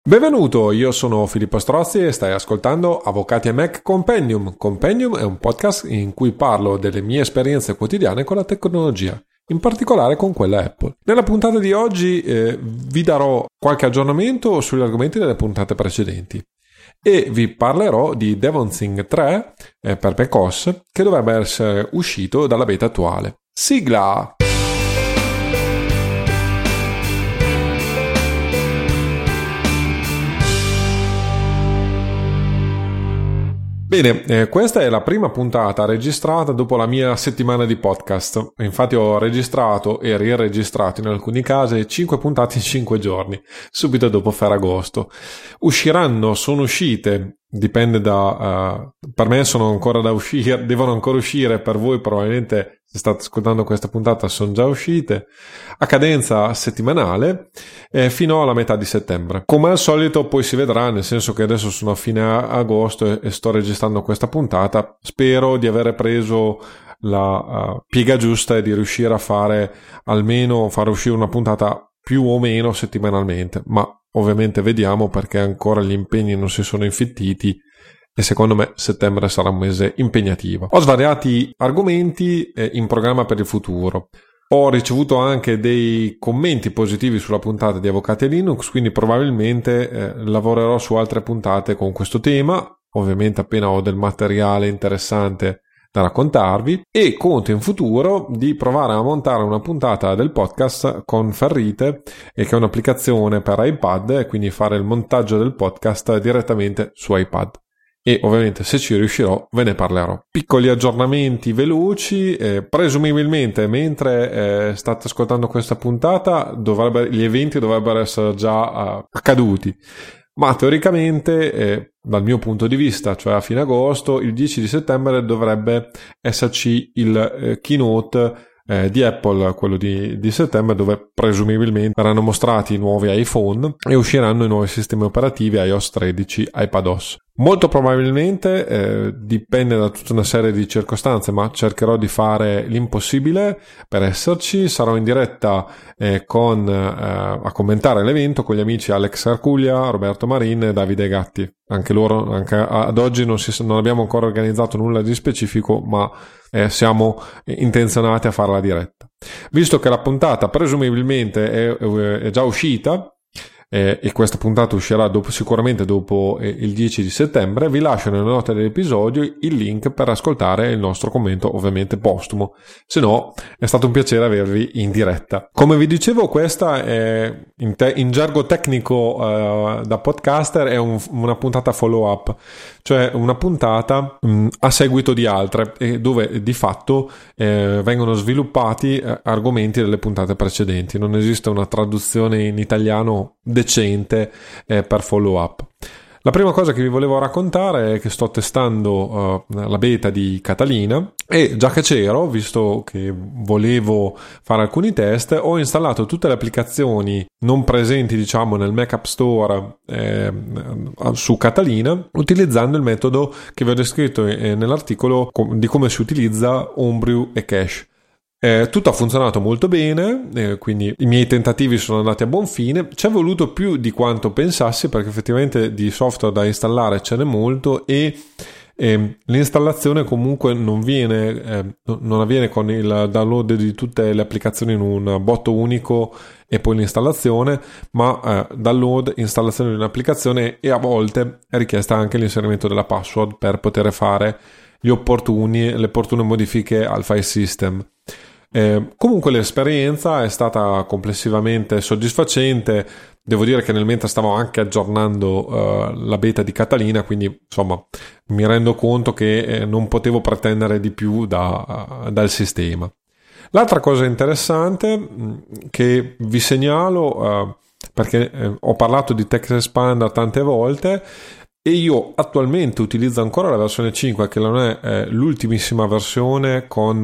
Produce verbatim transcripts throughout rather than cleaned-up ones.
Benvenuto, io sono Filippo Strozzi e stai ascoltando Avvocati e Mac Compendium. Compendium è un podcast in cui parlo delle mie esperienze quotidiane con la tecnologia, in particolare con quella Apple. Nella puntata di oggi eh, vi darò qualche aggiornamento sugli argomenti delle puntate precedenti e vi parlerò di DevonSync tre eh, per macOS che dovrebbe essere uscito dalla beta attuale. Sigla! Bene, eh, questa è la prima puntata registrata dopo la mia settimana di podcast. Infatti ho registrato e riregistrato in alcuni casi cinque puntate in cinque giorni, subito dopo Ferragosto. Usciranno, sono uscite, dipende da... Uh, per me sono ancora da uscire, devono ancora uscire, per voi probabilmente se state ascoltando questa puntata sono già uscite, a cadenza settimanale eh, fino alla metà di settembre. Come al solito poi si vedrà, nel senso che adesso sono a fine agosto e, e sto registrando questa puntata. Spero di avere preso la uh, piega giusta e di riuscire a fare almeno fare uscire una puntata più o meno settimanalmente, ma ovviamente vediamo perché ancora gli impegni non si sono infittiti e secondo me settembre sarà un mese impegnativo. Ho svariati argomenti eh, in programma per il futuro. Ho ricevuto anche dei commenti positivi sulla puntata di Avvocati e Linux, quindi probabilmente eh, lavorerò su altre puntate con questo tema, ovviamente appena ho del materiale interessante da raccontarvi, e conto in futuro di provare a montare una puntata del podcast con Ferrite, che è un'applicazione per iPad, e quindi fare il montaggio del podcast direttamente su iPad. E ovviamente se ci riuscirò ve ne parlerò. Piccoli aggiornamenti veloci, eh, presumibilmente mentre eh, state ascoltando questa puntata dovrebbe, gli eventi dovrebbero essere già uh, accaduti, ma teoricamente eh, dal mio punto di vista, cioè a fine agosto, il dieci di settembre dovrebbe esserci il eh, keynote eh, di Apple, quello di, di settembre, dove presumibilmente verranno mostrati i nuovi iPhone e usciranno i nuovi sistemi operativi iOS tredici, iPadOS. Molto probabilmente eh, dipende da tutta una serie di circostanze, ma cercherò di fare l'impossibile per esserci. Sarò in diretta eh, con eh, a commentare l'evento con gli amici Alex Arcuglia, Roberto Marin e Davide Gatti. Anche loro, anche ad oggi non, si, non abbiamo ancora organizzato nulla di specifico, ma eh, siamo intenzionati a fare la diretta. Visto che la puntata presumibilmente è, è già uscita, Eh, e questa puntata uscirà dopo, sicuramente dopo eh, il dieci di settembre, vi lascio nelle note dell'episodio il link per ascoltare il nostro commento, ovviamente postumo, se no è stato un piacere avervi in diretta. Come vi dicevo, questa è in, te- in gergo tecnico eh, da podcaster è un, una puntata follow up, cioè una puntata mh, a seguito di altre, e dove di fatto eh, vengono sviluppati eh, argomenti delle puntate precedenti. Non esiste una traduzione in italiano decente eh, per follow up. La prima cosa che vi volevo raccontare è che sto testando uh, la beta di Catalina, e già che c'ero, visto che volevo fare alcuni test, ho installato tutte le applicazioni non presenti, diciamo, nel Mac App Store eh, su Catalina, utilizzando il metodo che vi ho descritto eh, nell'articolo di come si utilizza Homebrew e Cache. Eh, tutto ha funzionato molto bene, eh, quindi i miei tentativi sono andati a buon fine. Ci è voluto più di quanto pensassi, perché effettivamente di software da installare ce n'è molto, e eh, l'installazione comunque non viene eh, non avviene con il download di tutte le applicazioni in un botto unico e poi l'installazione, ma eh, download, installazione di un'applicazione, e a volte è richiesta anche l'inserimento della password per poter fare gli opportuni, le opportune modifiche al file system. Eh, comunque l'esperienza è stata complessivamente soddisfacente. Devo dire che nel mentre stavo anche aggiornando uh, la beta di Catalina, quindi insomma mi rendo conto che eh, non potevo pretendere di più da, uh, dal sistema. L'altra cosa interessante mh, che vi segnalo, uh, perché eh, ho parlato di TextExpander tante volte, e io attualmente utilizzo ancora la versione cinque, che non è eh, l'ultimissima versione con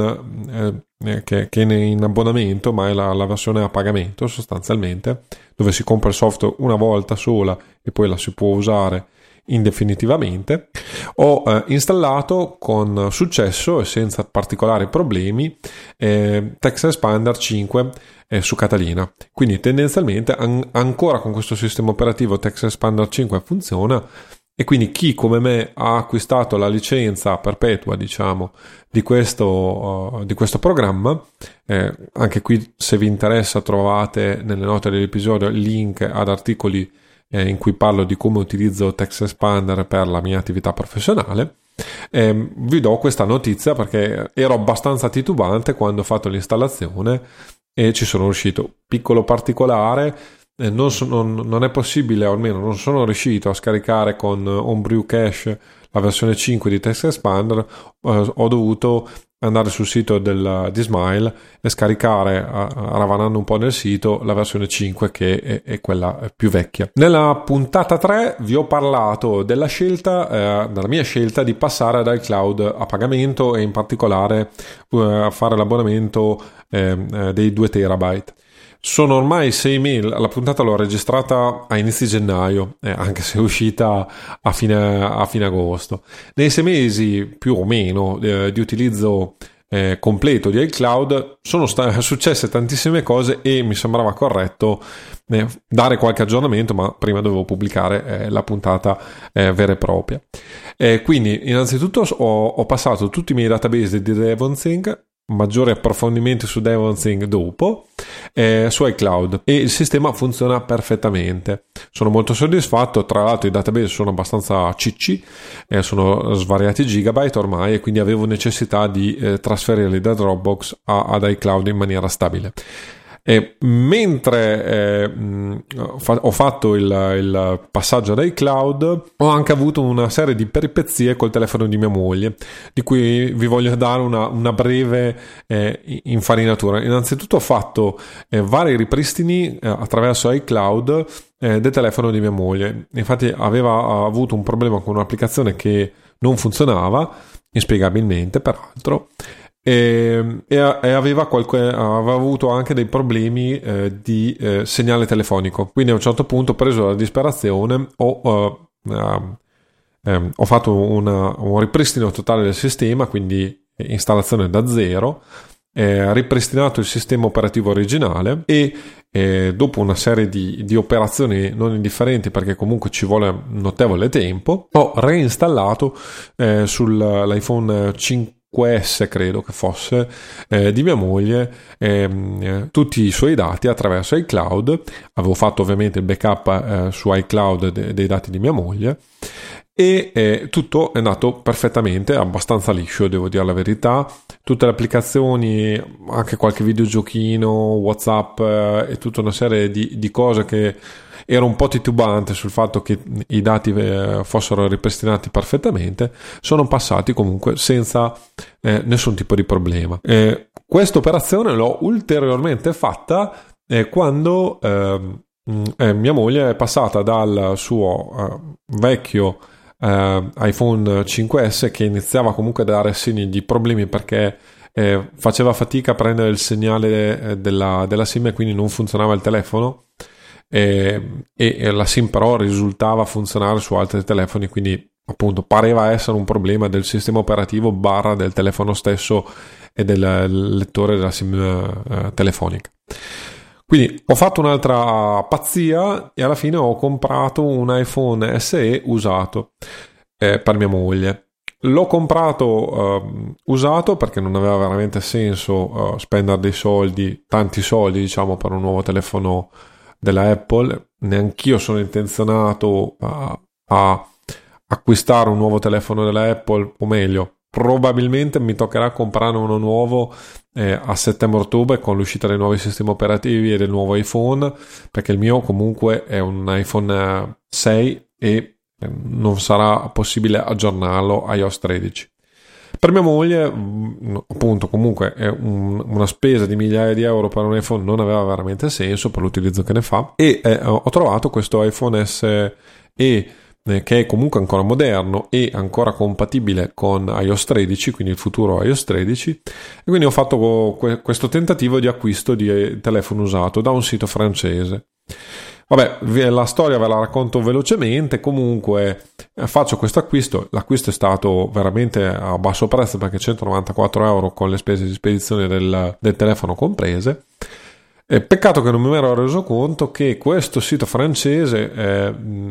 eh, che, che è in abbonamento, ma è la, la versione a pagamento sostanzialmente, dove si compra il software una volta sola e poi la si può usare indefinitivamente, ho eh, installato con successo e senza particolari problemi eh, Text Expander cinque eh, su Catalina. Quindi tendenzialmente an- ancora con questo sistema operativo Text Expander cinque funziona, e quindi chi come me ha acquistato la licenza perpetua, diciamo, di questo, uh, di questo programma, eh, anche qui se vi interessa trovate nelle note dell'episodio il link ad articoli eh, in cui parlo di come utilizzo Text Expander per la mia attività professionale. Eh, vi do questa notizia perché ero abbastanza titubante quando ho fatto l'installazione e ci sono riuscito. Piccolo particolare: Eh, non, so, non, non è possibile, o almeno non sono riuscito a scaricare con Homebrew Cache la versione cinque di Text Expander. Eh, ho dovuto andare sul sito del, di Smile e scaricare, eh, ravanando un po' nel sito, la versione cinque, che è, è quella più vecchia. Nella puntata tre vi ho parlato della scelta, eh, della mia scelta di passare dal cloud a pagamento, e in particolare eh, a fare l'abbonamento eh, eh, dei due terabyte. Sono ormai sei mesi, la puntata l'ho registrata a inizi gennaio, eh, anche se è uscita a fine, a fine agosto. Nei sei mesi più o meno eh, di utilizzo eh, completo di iCloud sono sta- successe tantissime cose, e mi sembrava corretto eh, dare qualche aggiornamento, ma prima dovevo pubblicare eh, la puntata eh, vera e propria. Eh, quindi innanzitutto ho, ho passato tutti i miei database di Devonthink, maggiori approfondimenti su Devonthink dopo, eh, su iCloud, e il sistema funziona perfettamente. Sono molto soddisfatto. Tra l'altro i database sono abbastanza cicci, eh, sono svariati gigabyte ormai, e quindi avevo necessità di eh, trasferirli da Dropbox a, ad iCloud in maniera stabile. E mentre eh, mh, ho fatto il, il passaggio ad iCloud, ho anche avuto una serie di peripezie col telefono di mia moglie, di cui vi voglio dare una, una breve eh, infarinatura. Innanzitutto ho fatto eh, vari ripristini eh, attraverso iCloud eh, del telefono di mia moglie. Infatti aveva avuto un problema con un'applicazione che non funzionava, inspiegabilmente peraltro, E, e aveva, qualche, aveva avuto anche dei problemi eh, di eh, segnale telefonico. Quindi a un certo punto, preso dalla disperazione, ho, uh, uh, um, ho fatto una, un ripristino totale del sistema, quindi installazione da zero, eh, ripristinato il sistema operativo originale, e eh, dopo una serie di, di operazioni non indifferenti, perché comunque ci vuole notevole tempo, ho reinstallato eh, sull'iPhone cinque S, credo che fosse, eh, di mia moglie, ehm, tutti i suoi dati attraverso iCloud. Avevo fatto ovviamente il backup eh, su iCloud de- dei dati di mia moglie, e eh, tutto è andato perfettamente, abbastanza liscio, devo dire la verità. Tutte le applicazioni, anche qualche videogiochino, WhatsApp eh, e tutta una serie di, di cose che ero un po' titubante sul fatto che i dati eh, fossero ripristinati perfettamente, sono passati comunque senza eh, nessun tipo di problema. Eh, questa operazione l'ho ulteriormente fatta eh, quando eh, eh, mia moglie è passata dal suo eh, vecchio eh, iPhone cinque S, che iniziava comunque a dare segni di problemi perché eh, faceva fatica a prendere il segnale eh, della, della SIM, e quindi non funzionava il telefono. E, e la SIM però risultava funzionare su altri telefoni, quindi appunto pareva essere un problema del sistema operativo barra del telefono stesso e del lettore della SIM eh, telefonica. Quindi ho fatto un'altra pazzia e alla fine ho comprato un iPhone S E usato eh, per mia moglie. L'ho comprato uh, usato perché non aveva veramente senso uh, spendere dei soldi, tanti soldi diciamo, per un nuovo telefono della Apple. Neanch'io sono intenzionato a, a acquistare un nuovo telefono della Apple, o meglio, probabilmente mi toccherà comprare uno nuovo eh, a settembre-ottobre con l'uscita dei nuovi sistemi operativi e del nuovo iPhone, perché il mio comunque è un iPhone sei e non sarà possibile aggiornarlo a iOS tredici. Per mia moglie, appunto, comunque è un, una spesa di migliaia di euro per un iPhone non aveva veramente senso per l'utilizzo che ne fa, e eh, ho trovato questo iPhone S E eh, che è comunque ancora moderno e ancora compatibile con iOS tredici, quindi il futuro iOS tredici, e quindi ho fatto que- questo tentativo di acquisto di telefono usato da un sito francese. Vabbè, la storia ve la racconto velocemente. Comunque eh, faccio questo acquisto. L'acquisto è stato veramente a basso prezzo, perché centonovantaquattro euro con le spese di spedizione del, del telefono comprese. Eh, peccato che non mi ero reso conto che questo sito francese, eh,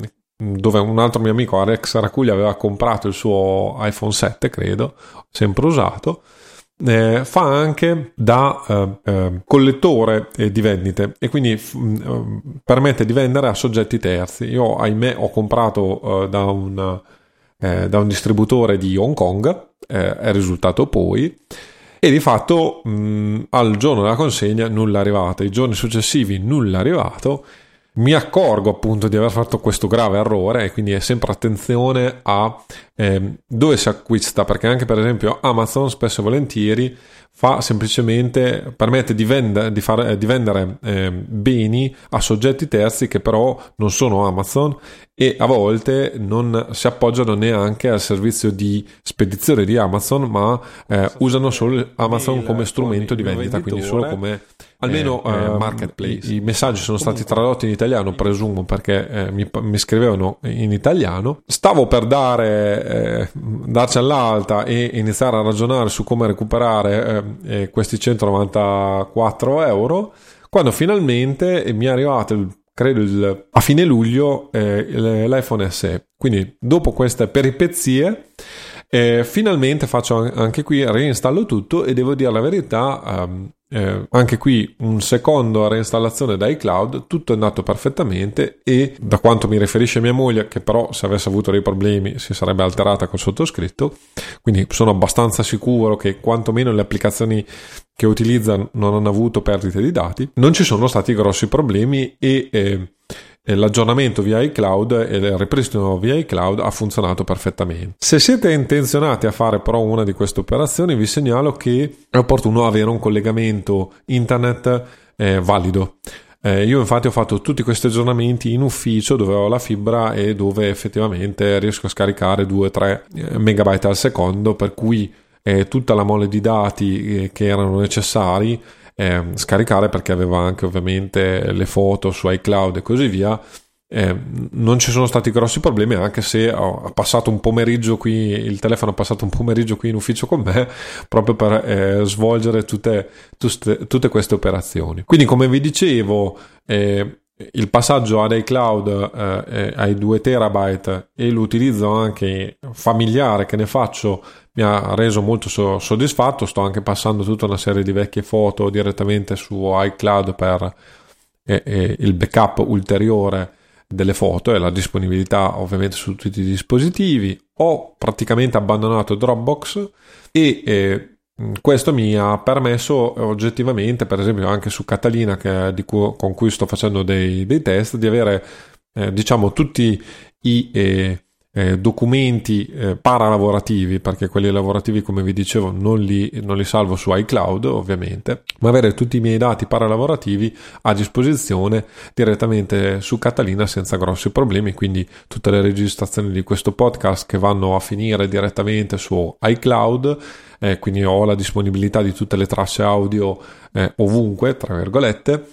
dove un altro mio amico, Alex Racuglia, aveva comprato il suo iPhone sette, credo, sempre usato, Eh, fa anche da eh, eh, collettore eh, di vendite, e quindi f- eh, permette di vendere a soggetti terzi. Io, ahimè, ho comprato eh, da, un, eh, da un distributore di Hong Kong, eh, è risultato poi, e di fatto mh, al giorno della consegna nulla è arrivato, i giorni successivi nulla è arrivato. Mi accorgo appunto di aver fatto questo grave errore, e quindi è sempre attenzione a eh, dove si acquista, perché anche per esempio Amazon spesso e volentieri fa semplicemente, permette di, vend- di, fare, di vendere eh, beni a soggetti terzi che però non sono Amazon, e a volte non si appoggiano neanche al servizio di spedizione di Amazon, ma eh, usano solo Amazon come strumento di vendita, quindi solo come almeno eh, eh, marketplace. I, I messaggi sono stati tradotti in italiano, presumo, perché eh, mi, mi scrivevano in italiano. Stavo per dare eh, darci all'alta e iniziare a ragionare su come recuperare eh, eh, questi centonovantaquattro euro, quando finalmente mi è arrivato il credo il, a fine luglio eh, l'iPhone S E. Quindi dopo queste peripezie eh, finalmente faccio anche qui, reinstallo tutto, e devo dire la verità, ehm, eh, anche qui un secondo reinstallazione da iCloud, tutto è andato perfettamente, e da quanto mi riferisce mia moglie, che però se avesse avuto dei problemi si sarebbe alterata col sottoscritto, quindi sono abbastanza sicuro che quantomeno le applicazioni che utilizza non hanno avuto perdite di dati, non ci sono stati grossi problemi, e eh, l'aggiornamento via iCloud e il ripristino via iCloud ha funzionato perfettamente. Se siete intenzionati a fare però una di queste operazioni, vi segnalo che è opportuno avere un collegamento internet eh, valido. Eh, io infatti ho fatto tutti questi aggiornamenti in ufficio, dove ho la fibra e dove effettivamente riesco a scaricare due tre megabyte al secondo, per cui eh, tutta la mole di dati eh, che erano necessari Eh, scaricare, perché aveva anche ovviamente le foto su iCloud e così via, eh, non ci sono stati grossi problemi, anche se ho passato un pomeriggio qui, il telefono ha passato un pomeriggio qui in ufficio con me, proprio per eh, svolgere tutte, tutte, tutte queste operazioni. Quindi, come vi dicevo, eh, il passaggio ad iCloud eh, ai due terabyte e l'utilizzo anche familiare che ne faccio mi ha reso molto so- soddisfatto. Sto anche passando tutta una serie di vecchie foto direttamente su iCloud per eh, eh, il backup ulteriore delle foto e la disponibilità ovviamente su tutti i dispositivi. Ho praticamente abbandonato Dropbox, e eh, questo mi ha permesso oggettivamente, per esempio anche su Catalina, che di cui, con cui sto facendo dei, dei test, di avere eh, diciamo tutti i eh, eh, documenti eh, paralavorativi, perché quelli lavorativi, come vi dicevo, non li, non li salvo su iCloud ovviamente, ma avere tutti i miei dati paralavorativi a disposizione direttamente su Catalina senza grossi problemi. Quindi tutte le registrazioni di questo podcast che vanno a finire direttamente su iCloud, eh, quindi ho la disponibilità di tutte le tracce audio eh, ovunque, tra virgolette,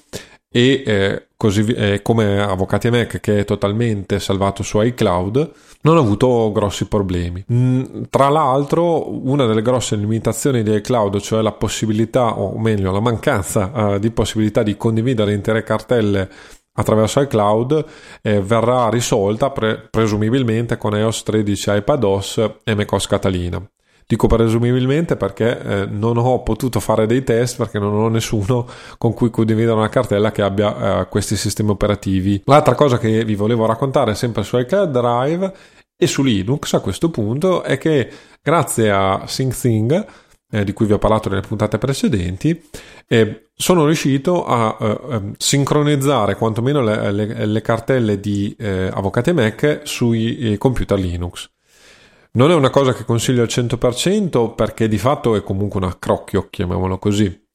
e eh, così eh, come Avvocati e Mac, che è totalmente salvato su iCloud, non ho avuto grossi problemi. Mm, tra l'altro, una delle grosse limitazioni di iCloud, cioè la possibilità, o meglio la mancanza eh, di possibilità di condividere intere cartelle attraverso iCloud, eh, verrà risolta pre- presumibilmente con iOS tredici, iPadOS e macOS Catalina. Dico presumibilmente perché eh, non ho potuto fare dei test, perché non ho nessuno con cui condividere una cartella che abbia eh, questi sistemi operativi. L'altra cosa che vi volevo raccontare, sempre su iCloud Drive e su Linux a questo punto, è che grazie a SyncThing, eh, di cui vi ho parlato nelle puntate precedenti, eh, sono riuscito a eh, sincronizzare quantomeno le, le, le cartelle di eh, Avvocati e Mac sui eh, computer Linux. Non è una cosa che consiglio al cento per cento, perché di fatto è comunque un accrocchio, chiamiamolo così,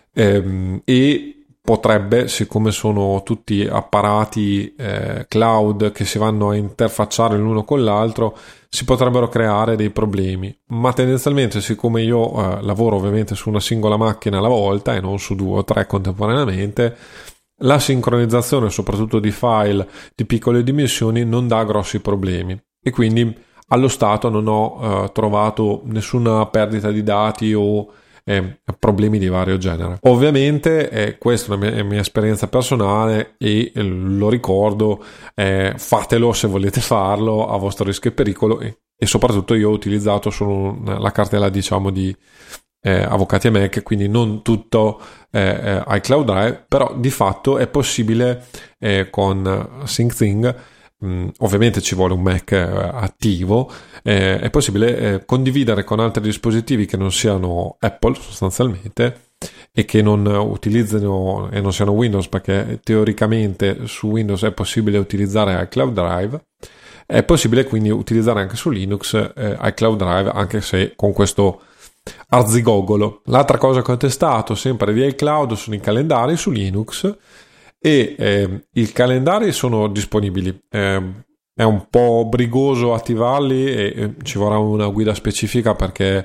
ehm, e potrebbe, siccome sono tutti apparati eh, cloud che si vanno a interfacciare l'uno con l'altro, si potrebbero creare dei problemi. Ma tendenzialmente, siccome io eh, lavoro ovviamente su una singola macchina alla volta e non su due o tre contemporaneamente, la sincronizzazione soprattutto di file di piccole dimensioni non dà grossi problemi e quindi allo stato non ho eh, trovato nessuna perdita di dati o eh, problemi di vario genere. Ovviamente eh, questa è una mia, è mia esperienza personale e eh, lo ricordo, eh, fatelo se volete farlo a vostro rischio e pericolo e, e soprattutto io ho utilizzato solo la cartella diciamo di eh, Avvocati e Mac, quindi non tutto eh, eh, iCloud Drive, però di fatto è possibile eh, con SyncThing. Mm, ovviamente ci vuole un Mac eh, attivo, eh, è possibile eh, condividere con altri dispositivi che non siano Apple sostanzialmente e che non utilizzino e non siano Windows, perché teoricamente su Windows è possibile utilizzare iCloud Drive, è possibile quindi utilizzare anche su Linux eh, iCloud Drive, anche se con questo arzigogolo. L'altra cosa che ho testato sempre di iCloud sono i calendari su Linux e eh, i calendari sono disponibili. Eh, è un po' brigoso attivarli e eh, ci vorrà una guida specifica perché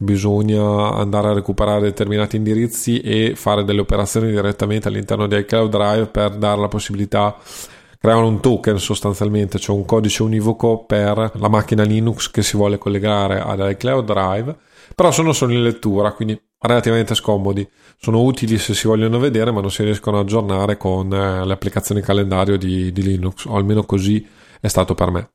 bisogna andare a recuperare determinati indirizzi e fare delle operazioni direttamente all'interno di iCloud Drive per dare la possibilità, creare un token sostanzialmente, cioè un codice univoco per la macchina Linux che si vuole collegare ad iCloud Drive, però sono solo in lettura, quindi relativamente scomodi. Sono utili se si vogliono vedere, ma non si riescono a aggiornare con eh, le applicazioni calendario di, di Linux, o almeno così è stato per me.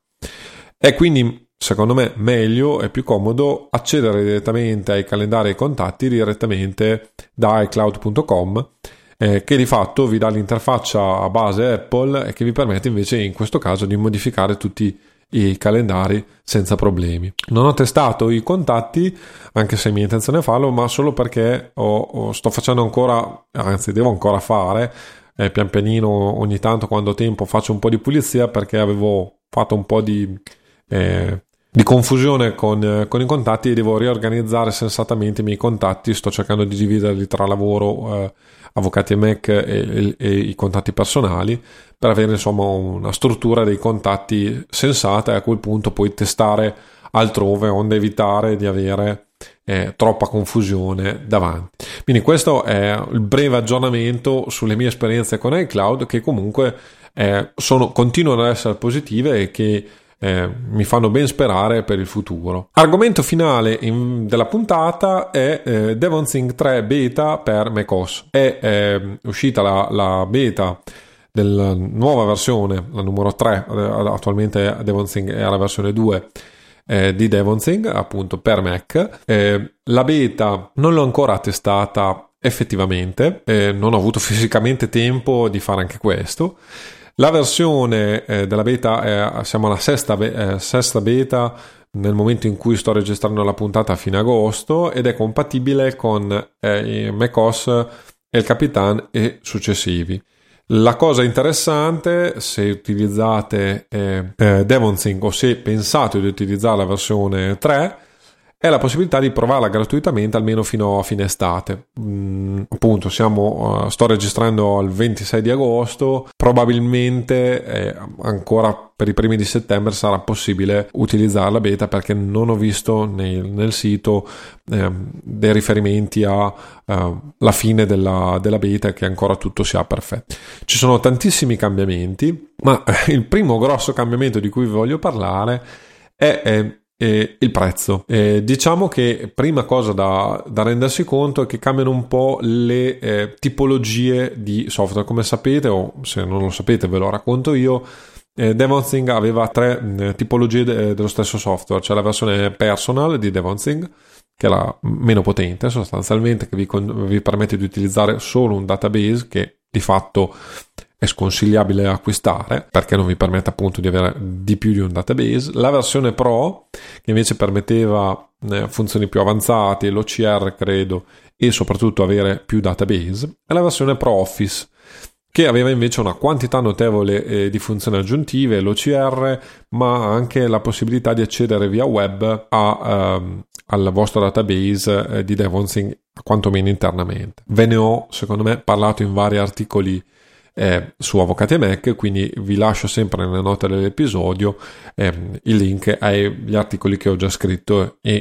E quindi secondo me meglio e più comodo accedere direttamente ai calendari e ai contatti direttamente da iCloud punto com, eh, che di fatto vi dà l'interfaccia a base Apple e che vi permette invece in questo caso di modificare tutti i calendari senza problemi. Non ho testato i contatti, anche se è mia intenzione farlo, ma solo perché ho, ho, sto facendo ancora, anzi devo ancora fare eh, pian pianino, ogni tanto quando ho tempo faccio un po' di pulizia, perché avevo fatto un po' di eh, di confusione con, eh, con i contatti e devo riorganizzare sensatamente i miei contatti. Sto cercando di dividerli tra lavoro, eh, Avvocati e Mac e, e, e i contatti personali, per avere insomma una struttura dei contatti sensata e a quel punto poi testare altrove, onde evitare di avere eh, troppa confusione davanti. Quindi questo è il breve aggiornamento sulle mie esperienze con iCloud, che comunque eh, sono, continuano ad essere positive e che Eh, mi fanno ben sperare per il futuro. Argomento finale in, della puntata è eh, DevonSync tre beta per macOS. È eh, uscita la, la beta della nuova versione, la numero tre, eh, attualmente DevonSync è alla versione due eh, di DevonSync, appunto per Mac. Eh, la beta non l'ho ancora testata effettivamente, eh, non ho avuto fisicamente tempo di fare anche questo. La versione eh, della beta, eh, siamo alla sesta, be- eh, sesta beta nel momento in cui sto registrando la puntata a fine agosto, ed è compatibile con eh, macOS El Capitan e successivi. La cosa interessante, se utilizzate eh, eh, DevonSync o se pensate di utilizzare la versione tre, è la possibilità di provarla gratuitamente almeno fino a fine estate. Mm, appunto siamo uh, sto registrando al ventisei di agosto, probabilmente eh, ancora per i primi di settembre sarà possibile utilizzare la beta, perché non ho visto nel, nel sito eh, dei riferimenti a uh, la fine della, della beta, che ancora tutto sia perfetto. Ci sono tantissimi cambiamenti, ma eh, il primo grosso cambiamento di cui vi voglio parlare è eh, E il prezzo. Eh, diciamo che prima cosa da, da rendersi conto è che cambiano un po' le eh, tipologie di software. Come sapete, o se non lo sapete ve lo racconto io, eh, DevonSync aveva tre eh, tipologie de- dello stesso software. C'è la versione personal di DevonSync, che è la meno potente sostanzialmente, che vi, con- vi permette di utilizzare solo un database, che di fatto è sconsigliabile acquistare perché non vi permette appunto di avere di più di un database. La versione Pro, che invece permetteva eh, funzioni più avanzate, l'O C R credo, e soprattutto avere più database, e la versione Pro Office, che aveva invece una quantità notevole eh, di funzioni aggiuntive, l'O C R, ma anche la possibilità di accedere via web a, ehm, al vostro database eh, di DevonSync, quantomeno internamente. Ve ne ho, secondo me, parlato in vari articoli Eh, su Avvocati e Mac, quindi vi lascio sempre nelle note dell'episodio eh, il link agli articoli che ho già scritto e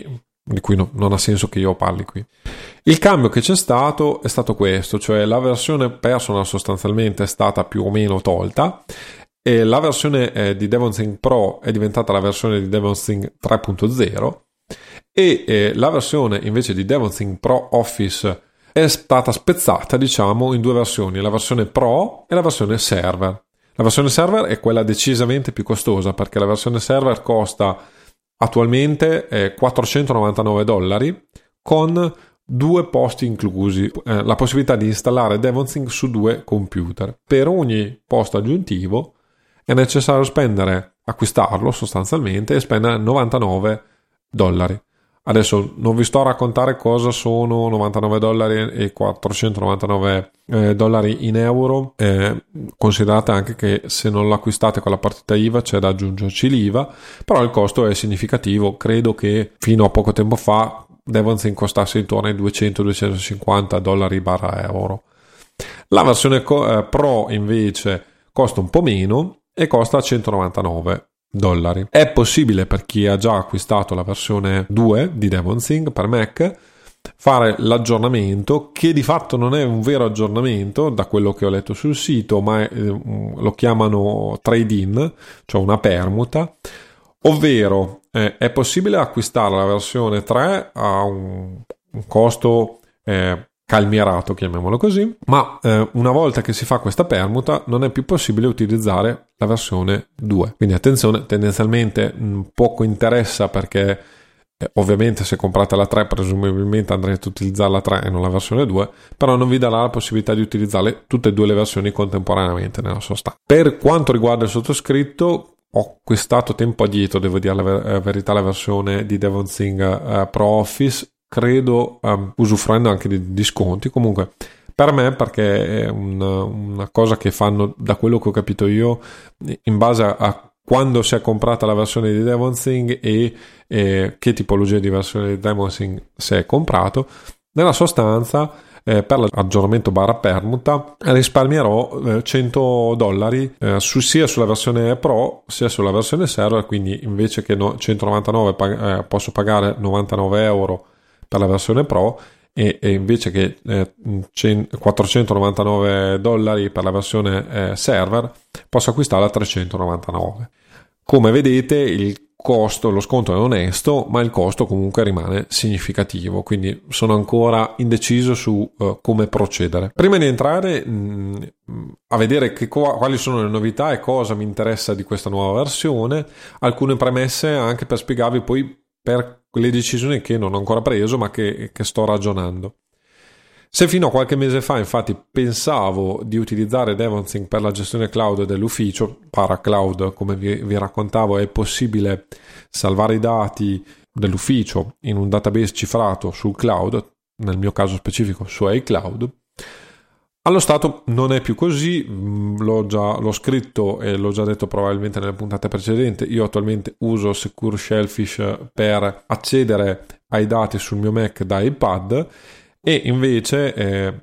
di cui no, non ha senso che io parli qui. Il cambio che c'è stato è stato questo, cioè la versione personal sostanzialmente è stata più o meno tolta e la versione eh, di DevonSync Pro è diventata la versione di DevonSync tre punto zero e eh, la versione invece di DevonSync Pro Office è stata spezzata, diciamo, in due versioni, la versione Pro e la versione Server. La versione Server è quella decisamente più costosa perché la versione Server costa attualmente eh, quattrocentonovantanove dollari con due posti inclusi, eh, la possibilità di installare DevonSync su due computer. Per ogni posto aggiuntivo è necessario spendere, acquistarlo sostanzialmente e spendere novantanove dollari. Adesso non vi sto a raccontare cosa sono novantanove dollari e quattrocentonovantanove eh, dollari in euro, eh, considerate anche che se non l'acquistate con la partita I V A c'è da aggiungerci l'I V A, però il costo è significativo. Credo che fino a poco tempo fa DevonSync costasse intorno ai duecento duecentocinquanta dollari barra euro. La versione co- eh, Pro invece costa un po' meno e costa centonovantanove dollari. È possibile per chi ha già acquistato la versione due di DevonSync per Mac fare l'aggiornamento, che di fatto non è un vero aggiornamento da quello che ho letto sul sito, ma è, lo chiamano trade-in, cioè una permuta, ovvero eh, è possibile acquistare la versione tre a un, un costo eh, calmierato, chiamiamolo così, ma eh, una volta che si fa questa permuta non è più possibile utilizzare la versione due. Quindi attenzione, tendenzialmente mh, poco interessa perché eh, ovviamente se comprate la tre presumibilmente andrete a utilizzare la tre e non la versione due, però non vi darà la possibilità di utilizzare tutte e due le versioni contemporaneamente nella sostanza. Per quanto riguarda il sottoscritto, ho acquistato tempo addietro, devo dire la ver- verità, la versione di DevonSync uh, Pro Office, credo um, usufruendo anche di disconti. Comunque per me, perché è una, una cosa che fanno, da quello che ho capito io, in base a, a quando si è comprata la versione di DevonSync e, e che tipologia di versione di DevonSync si è comprato, nella sostanza eh, per l'aggiornamento barra permuta risparmierò eh, cento dollari eh, su, sia sulla versione Pro sia sulla versione Server, quindi invece che no, centonovantanove pag- eh, posso pagare novantanove euro per la versione Pro e, e invece che eh, quattrocentonovantanove dollari per la versione eh, Server posso acquistarla a trecentonovantanove. Come vedete il costo, lo sconto è onesto, ma il costo comunque rimane significativo, quindi sono ancora indeciso su uh, come procedere. Prima di entrare mh, a vedere che co- quali sono le novità e cosa mi interessa di questa nuova versione, alcune premesse anche per spiegarvi poi per le decisioni che non ho ancora preso ma che, che sto ragionando. Se fino a qualche mese fa infatti pensavo di utilizzare DevonSync per la gestione cloud dell'ufficio, ParaCloud, come vi, vi raccontavo, è possibile salvare i dati dell'ufficio in un database cifrato sul cloud, nel mio caso specifico su iCloud. Allo stato non è più così, l'ho già l'ho scritto e l'ho già detto probabilmente nelle puntate precedenti. Io attualmente uso Secure Shellfish per accedere ai dati sul mio Mac da iPad e invece eh,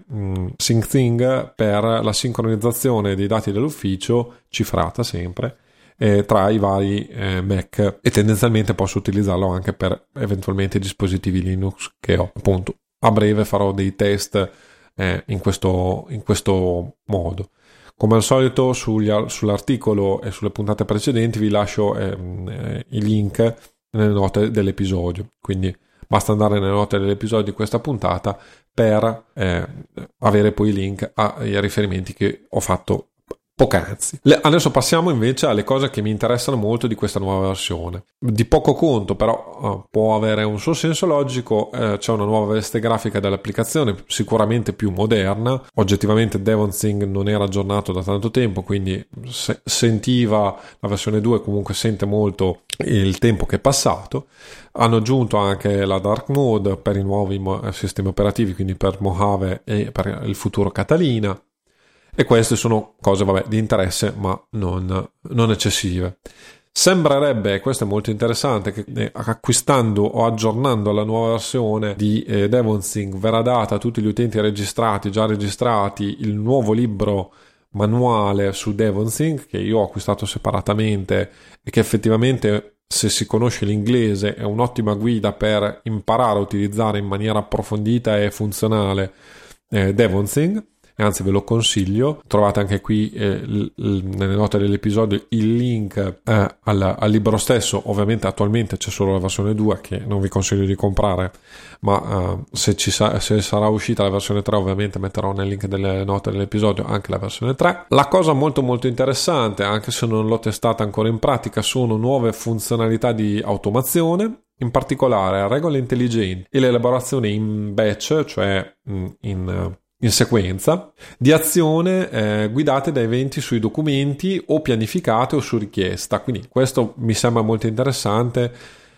SyncThing per la sincronizzazione dei dati dell'ufficio, cifrata sempre, eh, tra i vari eh, Mac, e tendenzialmente posso utilizzarlo anche per eventualmente dispositivi Linux che ho. Appunto, a breve farò dei test eh, in questo, in questo modo. Come al solito sugli, sull'articolo e sulle puntate precedenti vi lascio eh, eh, i link nelle note dell'episodio, quindi basta andare nelle note dell'episodio di questa puntata per eh, avere poi i link ai riferimenti che ho fatto poc'anzi. Le, adesso passiamo invece alle cose che mi interessano molto di questa nuova versione. Di poco conto, però uh, può avere un suo senso logico. Uh, c'è una nuova veste grafica dell'applicazione, sicuramente più moderna. Oggettivamente DevonSync non era aggiornato da tanto tempo, quindi se- sentiva la versione due, comunque sente molto il tempo che è passato. Hanno aggiunto anche la dark mode per i nuovi mo- sistemi operativi, quindi per Mojave e per il futuro Catalina. E queste sono cose, vabbè, di interesse, ma non, non eccessive. Sembrerebbe, e questo è molto interessante, che eh, acquistando o aggiornando la nuova versione di eh, DevonSync verrà data a tutti gli utenti registrati, già registrati, il nuovo libro manuale su DevonSync, che io ho acquistato separatamente e che effettivamente se si conosce l'inglese è un'ottima guida per imparare a utilizzare in maniera approfondita e funzionale eh, Devonsync, anzi ve lo consiglio. Trovate anche qui eh, l- l- nelle note dell'episodio il link eh, al-, al libro stesso. Ovviamente attualmente c'è solo la versione due che non vi consiglio di comprare, ma uh, se, ci sa- se sarà uscita la versione tre ovviamente metterò nel link delle note dell'episodio anche la versione tre. La cosa molto molto interessante, anche se non l'ho testata ancora in pratica, sono nuove funzionalità di automazione, in particolare regole intelligenti e l'elaborazione in batch, cioè in, in in sequenza, di azione eh, guidate da eventi sui documenti o pianificate o su richiesta. Quindi questo mi sembra molto interessante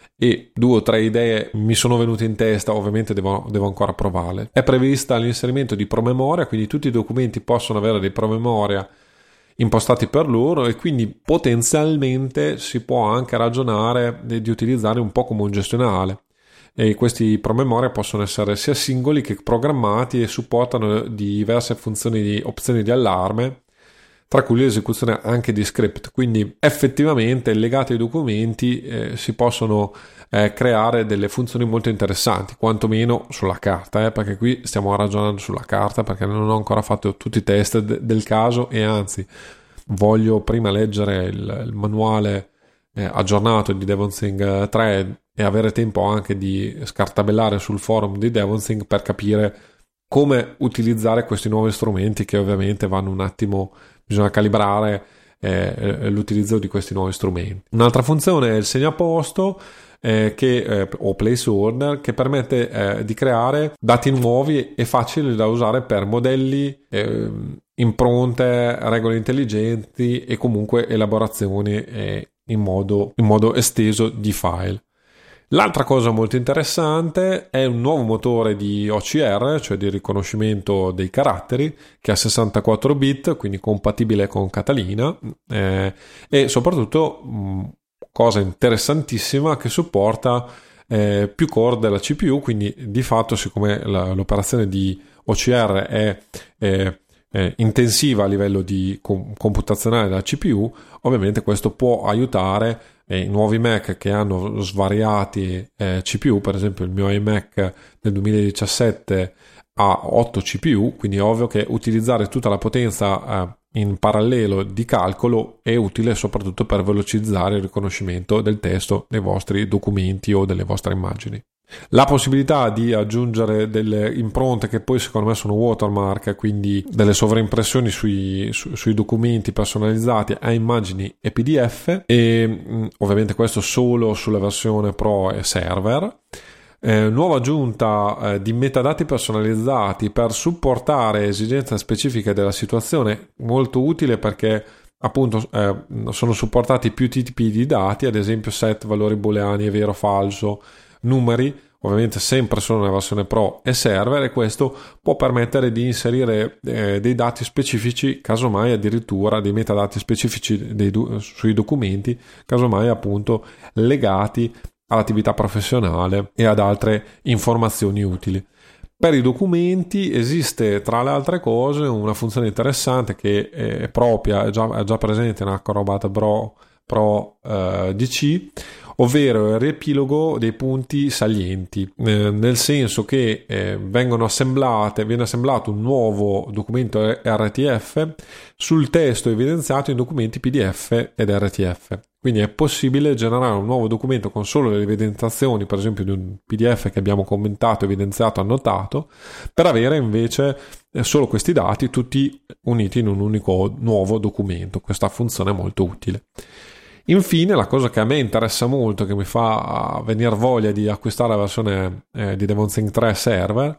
e due o tre idee mi sono venute in testa, ovviamente devo, devo ancora provarle. È prevista l'inserimento di promemoria, quindi tutti i documenti possono avere dei promemoria impostati per loro e quindi potenzialmente si può anche ragionare di, di utilizzare un po' come un gestionale. E questi promemoria possono essere sia singoli che programmati e supportano diverse funzioni di opzioni di allarme, tra cui l'esecuzione anche di script. Quindi effettivamente legati ai documenti eh, si possono eh, creare delle funzioni molto interessanti, quantomeno sulla carta, eh, perché qui stiamo ragionando sulla carta, perché non ho ancora fatto tutti i test de- del caso e anzi voglio prima leggere il, il manuale eh, aggiornato di Devonsync tre e avere tempo anche di scartabellare sul forum di Devonsync per capire come utilizzare questi nuovi strumenti, che ovviamente vanno un attimo, bisogna calibrare eh, l'utilizzo di questi nuovi strumenti. Un'altra funzione è il segnaposto eh, che, eh, o place order, che permette eh, di creare dati nuovi e facili da usare per modelli, eh, impronte, regole intelligenti e comunque elaborazioni eh, in modo, in modo esteso di file. L'altra cosa molto interessante è un nuovo motore di O C R, cioè di riconoscimento dei caratteri, che è a sessantaquattro bit, quindi compatibile con Catalina, eh, e soprattutto, mh, cosa interessantissima, che supporta eh, più core della C P U, quindi di fatto, siccome la, l'operazione di O C R è eh, eh, intensiva a livello di com- computazionale della C P U, ovviamente questo può aiutare eh, i nuovi Mac che hanno svariati eh, C P U. Per esempio il mio iMac del duemiladiciassette ha otto C P U, quindi è ovvio che utilizzare tutta la potenza eh, in parallelo di calcolo è utile soprattutto per velocizzare il riconoscimento del testo dei vostri documenti o delle vostre immagini. La possibilità di aggiungere delle impronte che poi secondo me sono watermark, quindi delle sovraimpressioni sui, su, sui documenti personalizzati a immagini e P D F, e mh, ovviamente questo solo sulla versione Pro e server. Eh, nuova aggiunta eh, di metadati personalizzati per supportare esigenze specifiche della situazione, molto utile perché appunto eh, sono supportati più tipi di dati, ad esempio set, valori booleani, vero, falso, numeri, ovviamente sempre solo nella versione Pro e server, e questo può permettere di inserire eh, dei dati specifici, casomai addirittura dei metadati specifici dei do- sui documenti, casomai appunto legati all'attività professionale e ad altre informazioni utili. Per i documenti esiste, tra le altre cose, una funzione interessante che è propria, è già, è già presente in Acrobat Pro, Pro eh, D C, ovvero il riepilogo dei punti salienti, eh, nel senso che eh, vengono assemblate, viene assemblato un nuovo documento R T F sul testo evidenziato in documenti P D F ed R T F. Quindi è possibile generare un nuovo documento con solo le evidenziazioni, per esempio di un P D F che abbiamo commentato, evidenziato, annotato, per avere invece solo questi dati tutti uniti in un unico nuovo documento. Questa funzione è molto utile. Infine, la cosa che a me interessa molto, che mi fa venire voglia di acquistare la versione eh, di Devonsync tre server,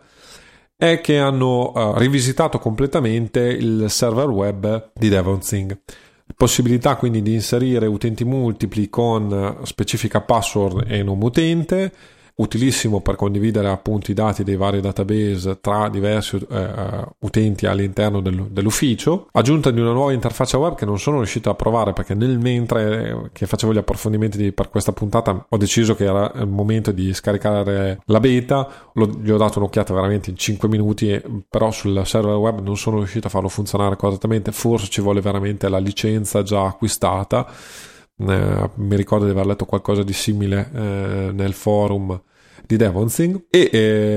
è che hanno uh, rivisitato completamente il server web di Devonsync. Possibilità quindi di inserire utenti multipli con specifica password e nome utente, utilissimo per condividere appunto i dati dei vari database tra diversi uh, utenti all'interno del, dell'ufficio. Aggiunta di una nuova interfaccia web che non sono riuscito a provare perché nel mentre che facevo gli approfondimenti di, per questa puntata ho deciso che era il momento di scaricare la beta. L'ho, gli ho dato un'occhiata veramente in cinque minuti, però sul server web non sono riuscito a farlo funzionare correttamente. Forse ci vuole veramente la licenza già acquistata, eh, mi ricordo di aver letto qualcosa di simile eh, nel forum di Devonthink, e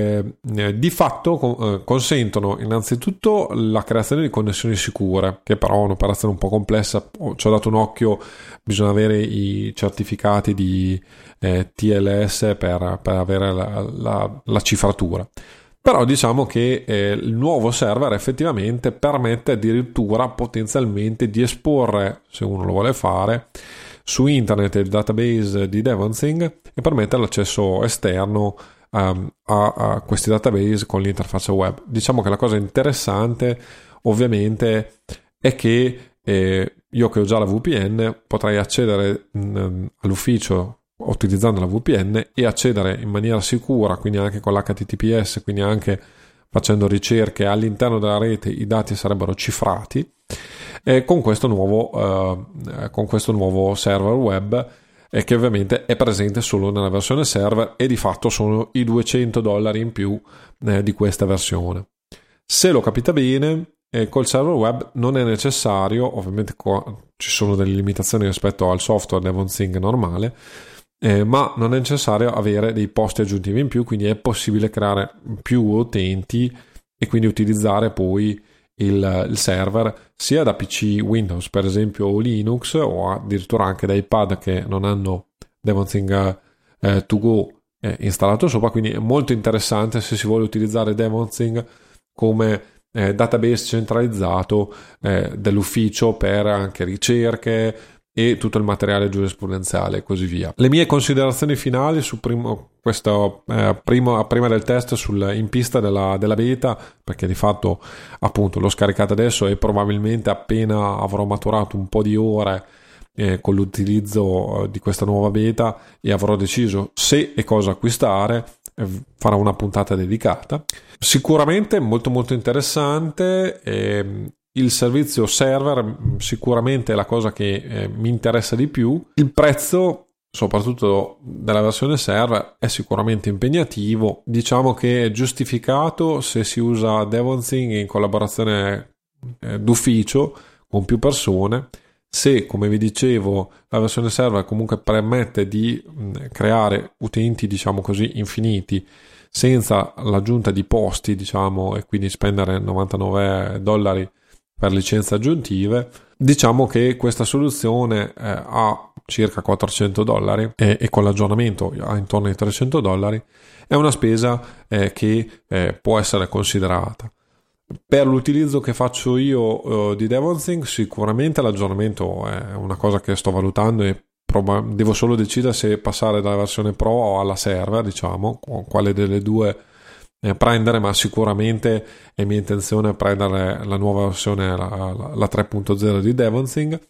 eh, di fatto con, eh, consentono innanzitutto la creazione di connessioni sicure, che però è un'operazione un po' complessa. Ci ho dato un occhio, bisogna avere i certificati di eh, T L S per, per avere la, la, la cifratura. Però diciamo che eh, il nuovo server effettivamente permette addirittura potenzialmente di esporre, se uno lo vuole fare, su internet il database di Devonthink e permette l'accesso esterno um, a, a questi database con l'interfaccia web. Diciamo che la cosa interessante ovviamente è che eh, io che ho già la V P N potrei accedere mh, all'ufficio utilizzando la V P N e accedere in maniera sicura, quindi anche con l'H T T P S, quindi anche facendo ricerche all'interno della rete. I dati sarebbero cifrati eh, con questo nuovo eh, con questo nuovo server web, eh, che ovviamente è presente solo nella versione server, e di fatto sono i duecento dollari in più eh, di questa versione. Se lo capite bene, eh, col server web non è necessario, ovviamente co- ci sono delle limitazioni rispetto al software Devonthink normale, Eh, ma non è necessario avere dei posti aggiuntivi in più, quindi è possibile creare più utenti e quindi utilizzare poi il, il server sia da P C Windows, per esempio, o Linux, o addirittura anche da iPad che non hanno Devonthink eh, to go eh, installato sopra. Quindi è molto interessante se si vuole utilizzare Devonthink come eh, database centralizzato eh, dell'ufficio per anche ricerche e tutto il materiale giurisprudenziale e così via. Le mie considerazioni finali su primo, questo eh, primo, prima del test sul, in pista della, della beta, perché di fatto appunto l'ho scaricata adesso e probabilmente appena avrò maturato un po' di ore eh, con l'utilizzo di questa nuova beta e avrò deciso se e cosa acquistare, eh, farò una puntata dedicata. Sicuramente molto molto interessante. eh, Il servizio server sicuramente è la cosa che eh, mi interessa di più. Il prezzo, soprattutto della versione server, è sicuramente impegnativo. Diciamo che è giustificato se si usa Devonthink in collaborazione eh, d'ufficio con più persone. Se, come vi dicevo, la versione server comunque permette di mh, creare utenti, diciamo così, infiniti, senza l'aggiunta di posti, diciamo, e quindi spendere novantanove dollari per licenze aggiuntive, diciamo che questa soluzione eh, ha circa quattrocento dollari e, e con l'aggiornamento ha intorno ai trecento dollari. È una spesa eh, che eh, può essere considerata. Per l'utilizzo che faccio io eh, di Devonthink, sicuramente l'aggiornamento è una cosa che sto valutando e prob- devo solo decidere se passare dalla versione Pro o alla server, diciamo, con quale delle due prendere, ma sicuramente è mia intenzione prendere la nuova versione, la, la tre punto zero di Devonthink.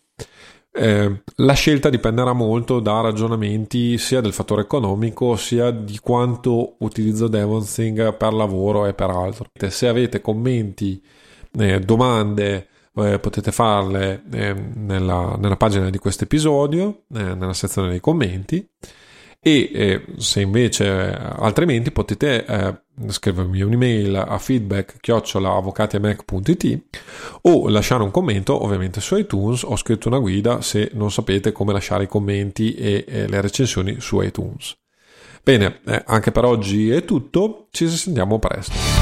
Eh, la scelta dipenderà molto da ragionamenti sia del fattore economico sia di quanto utilizzo Devonthink per lavoro e per altro. Se avete commenti, eh, domande, eh, potete farle eh, nella, nella pagina di questo episodio, eh, nella sezione dei commenti. E eh, se invece altrimenti potete eh, scrivermi un'email a feedback chiocciola avvocati e mac punto it o lasciare un commento ovviamente su iTunes. Ho scritto una guida se non sapete come lasciare i commenti e, e le recensioni su iTunes. Bene, eh, anche per oggi è tutto, ci sentiamo presto.